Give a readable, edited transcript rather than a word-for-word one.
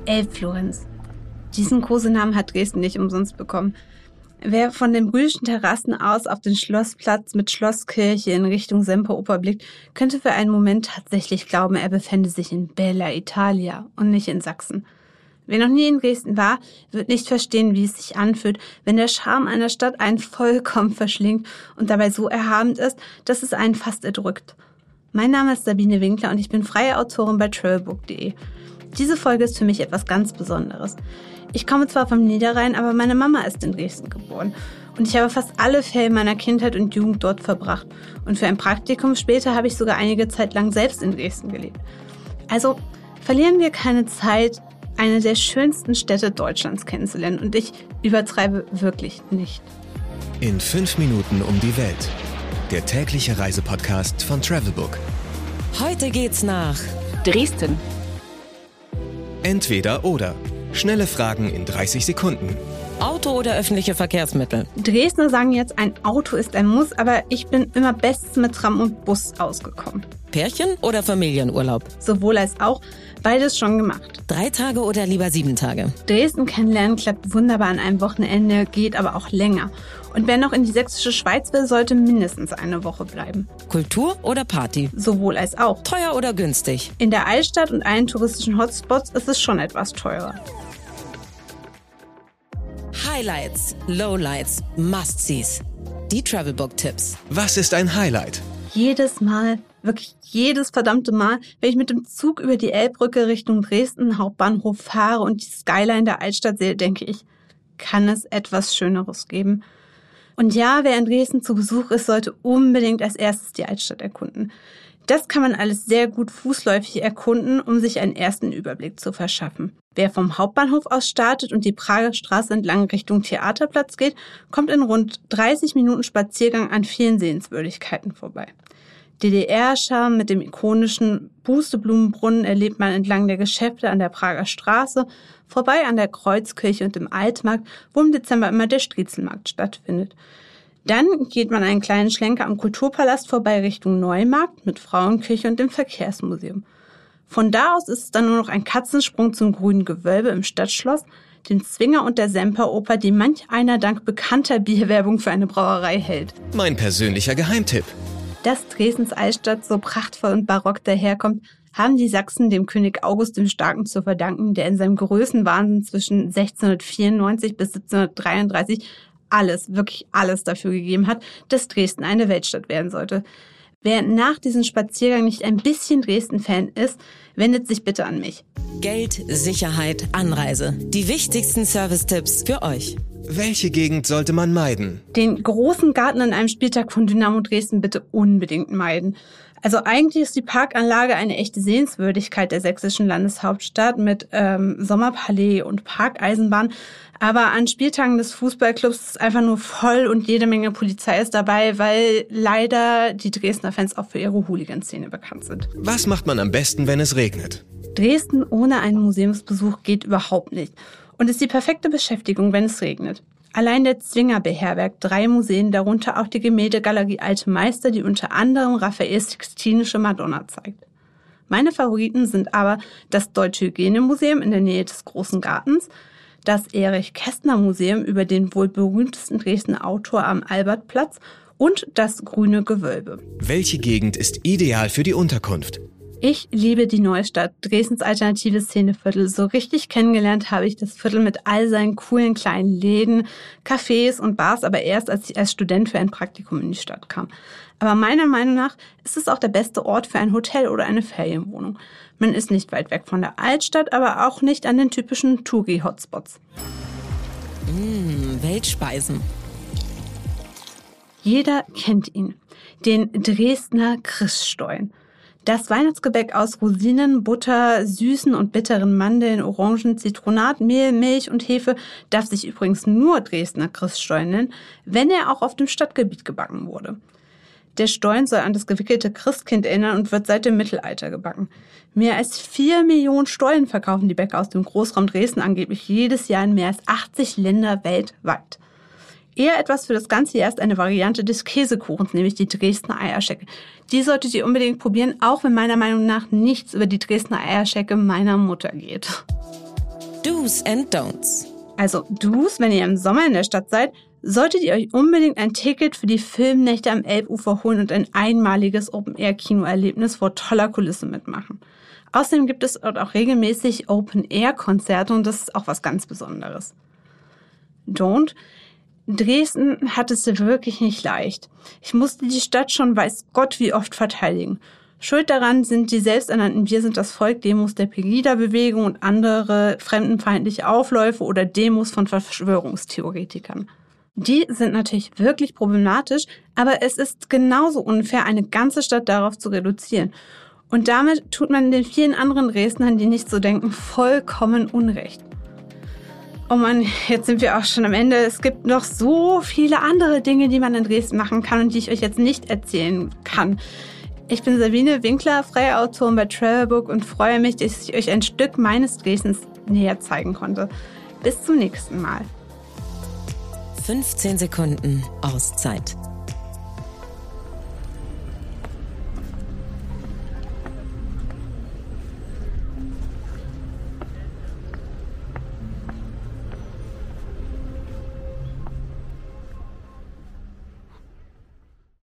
Elbflorenz. Diesen Kosenamen hat Dresden nicht umsonst bekommen. Wer von den Brühlschen Terrassen aus auf den Schlossplatz mit Schlosskirche in Richtung Semperoper blickt, könnte für einen Moment tatsächlich glauben, er befände sich in Bella Italia und nicht in Sachsen. Wer noch nie in Dresden war, wird nicht verstehen, wie es sich anfühlt, wenn der Charme einer Stadt einen vollkommen verschlingt und dabei so erhabend ist, dass es einen fast erdrückt. Mein Name ist Sabine Winkler und ich bin freie Autorin bei travelbook.de. Diese Folge ist für mich etwas ganz Besonderes. Ich komme zwar vom Niederrhein, aber meine Mama ist in Dresden geboren. Und ich habe fast alle Ferien meiner Kindheit und Jugend dort verbracht. Und für ein Praktikum später habe ich sogar einige Zeit lang selbst in Dresden gelebt. Also verlieren wir keine Zeit, eine der schönsten Städte Deutschlands kennenzulernen. Und ich übertreibe wirklich nicht. In 5 Minuten um die Welt. Der tägliche Reisepodcast von Travelbook. Heute geht's nach Dresden. Entweder oder. Schnelle Fragen in 30 Sekunden. Auto oder öffentliche Verkehrsmittel. Dresdner sagen jetzt, ein Auto ist ein Muss, aber ich bin immer bestens mit Tram und Bus ausgekommen. Pärchen oder Familienurlaub. Sowohl als auch, beides schon gemacht. 3 Tage oder lieber 7 Tage. Dresden kennenlernen klappt wunderbar an einem Wochenende, geht aber auch länger. Und wer noch in die sächsische Schweiz will, sollte mindestens eine Woche bleiben. Kultur oder Party. Sowohl als auch. Teuer oder günstig. In der Altstadt und allen touristischen Hotspots ist es schon etwas teurer. Highlights, Lowlights, Must-Sees. Die Travelbook-Tipps. Was ist ein Highlight? Jedes Mal, wirklich jedes verdammte Mal, wenn ich mit dem Zug über die Elbbrücke Richtung Dresden Hauptbahnhof fahre und die Skyline der Altstadt sehe, denke ich, kann es etwas Schöneres geben? Und ja, wer in Dresden zu Besuch ist, sollte unbedingt als erstes die Altstadt erkunden. Das kann man alles sehr gut fußläufig erkunden, um sich einen ersten Überblick zu verschaffen. Wer vom Hauptbahnhof aus startet und die Prager Straße entlang Richtung Theaterplatz geht, kommt in rund 30 Minuten Spaziergang an vielen Sehenswürdigkeiten vorbei. DDR-Charme mit dem ikonischen Pusteblumenbrunnen erlebt man entlang der Geschäfte an der Prager Straße, vorbei an der Kreuzkirche und dem Altmarkt, wo im Dezember immer der Striezelmarkt stattfindet. Dann geht man einen kleinen Schlenker am Kulturpalast vorbei Richtung Neumarkt mit Frauenkirche und dem Verkehrsmuseum. Von da aus ist es dann nur noch ein Katzensprung zum Grünen Gewölbe im Stadtschloss, dem Zwinger und der Semperoper, die manch einer dank bekannter Bierwerbung für eine Brauerei hält. Mein persönlicher Geheimtipp. Dass Dresdens Altstadt so prachtvoll und barock daherkommt, haben die Sachsen dem König August dem Starken zu verdanken, der in seinem Größenwahnsinn zwischen 1694 bis 1733 alles, wirklich alles dafür gegeben hat, dass Dresden eine Weltstadt werden sollte. Wer nach diesem Spaziergang nicht ein bisschen Dresden-Fan ist, wendet sich bitte an mich. Geld, Sicherheit, Anreise. Die wichtigsten Service-Tipps für euch. Welche Gegend sollte man meiden? Den großen Garten an einem Spieltag von Dynamo Dresden bitte unbedingt meiden. Also eigentlich ist die Parkanlage eine echte Sehenswürdigkeit der sächsischen Landeshauptstadt mit Sommerpalais und Parkeisenbahn. Aber an Spieltagen des Fußballclubs ist es einfach nur voll und jede Menge Polizei ist dabei, weil leider die Dresdner Fans auch für ihre Hooligan-Szene bekannt sind. Was macht man am besten, wenn es regnet? Dresden ohne einen Museumsbesuch geht überhaupt nicht und ist die perfekte Beschäftigung, wenn es regnet. Allein der Zwinger beherbergt 3 Museen, darunter auch die Gemäldegalerie Alte Meister, die unter anderem Raffaels Sixtinische Madonna zeigt. Meine Favoriten sind aber das Deutsche Hygienemuseum in der Nähe des Großen Gartens, das Erich-Kästner-Museum über den wohl berühmtesten Dresdner Autor am Albertplatz und das Grüne Gewölbe. Welche Gegend ist ideal für die Unterkunft? Ich liebe die Neustadt, Dresdens alternative Szeneviertel. So richtig kennengelernt habe ich das Viertel mit all seinen coolen kleinen Läden, Cafés und Bars, aber erst als ich als Student für ein Praktikum in die Stadt kam. Aber meiner Meinung nach ist es auch der beste Ort für ein Hotel oder eine Ferienwohnung. Man ist nicht weit weg von der Altstadt, aber auch nicht an den typischen Touri-Hotspots. Weltspeisen. Jeder kennt ihn, den Dresdner Christstollen. Das Weihnachtsgebäck aus Rosinen, Butter, süßen und bitteren Mandeln, Orangen, Zitronat, Mehl, Milch und Hefe darf sich übrigens nur Dresdner Christstollen nennen, wenn er auch auf dem Stadtgebiet gebacken wurde. Der Stollen soll an das gewickelte Christkind erinnern und wird seit dem Mittelalter gebacken. Mehr als 4 Millionen Stollen verkaufen die Bäcker aus dem Großraum Dresden angeblich jedes Jahr in mehr als 80 Länder weltweit. Eher etwas für das ganze Jahr ist eine Variante des Käsekuchens, nämlich die Dresdner Eierschecke. Die solltet ihr unbedingt probieren, auch wenn meiner Meinung nach nichts über die Dresdner Eierschecke meiner Mutter geht. Do's and Don'ts. Also Do's, wenn ihr im Sommer in der Stadt seid, solltet ihr euch unbedingt ein Ticket für die Filmnächte am Elbufer holen und ein einmaliges Open-Air-Kinoerlebnis vor toller Kulisse mitmachen. Außerdem gibt es dort auch regelmäßig Open-Air-Konzerte und das ist auch was ganz Besonderes. Don't. Dresden hat es wirklich nicht leicht. Ich musste die Stadt schon weiß Gott wie oft verteidigen. Schuld daran sind die selbsternannten Wir sind das Volk-Demos der Pegida-Bewegung und andere fremdenfeindliche Aufläufe oder Demos von Verschwörungstheoretikern. Die sind natürlich wirklich problematisch, aber es ist genauso unfair, eine ganze Stadt darauf zu reduzieren. Und damit tut man den vielen anderen Dresdnern, die nicht so denken, vollkommen Unrecht. Oh Mann, jetzt sind wir auch schon am Ende. Es gibt noch so viele andere Dinge, die man in Dresden machen kann und die ich euch jetzt nicht erzählen kann. Ich bin Sabine Winkler, freie Autorin bei Travelbook und freue mich, dass ich euch ein Stück meines Dresdens näher zeigen konnte. Bis zum nächsten Mal. 15 Sekunden Auszeit.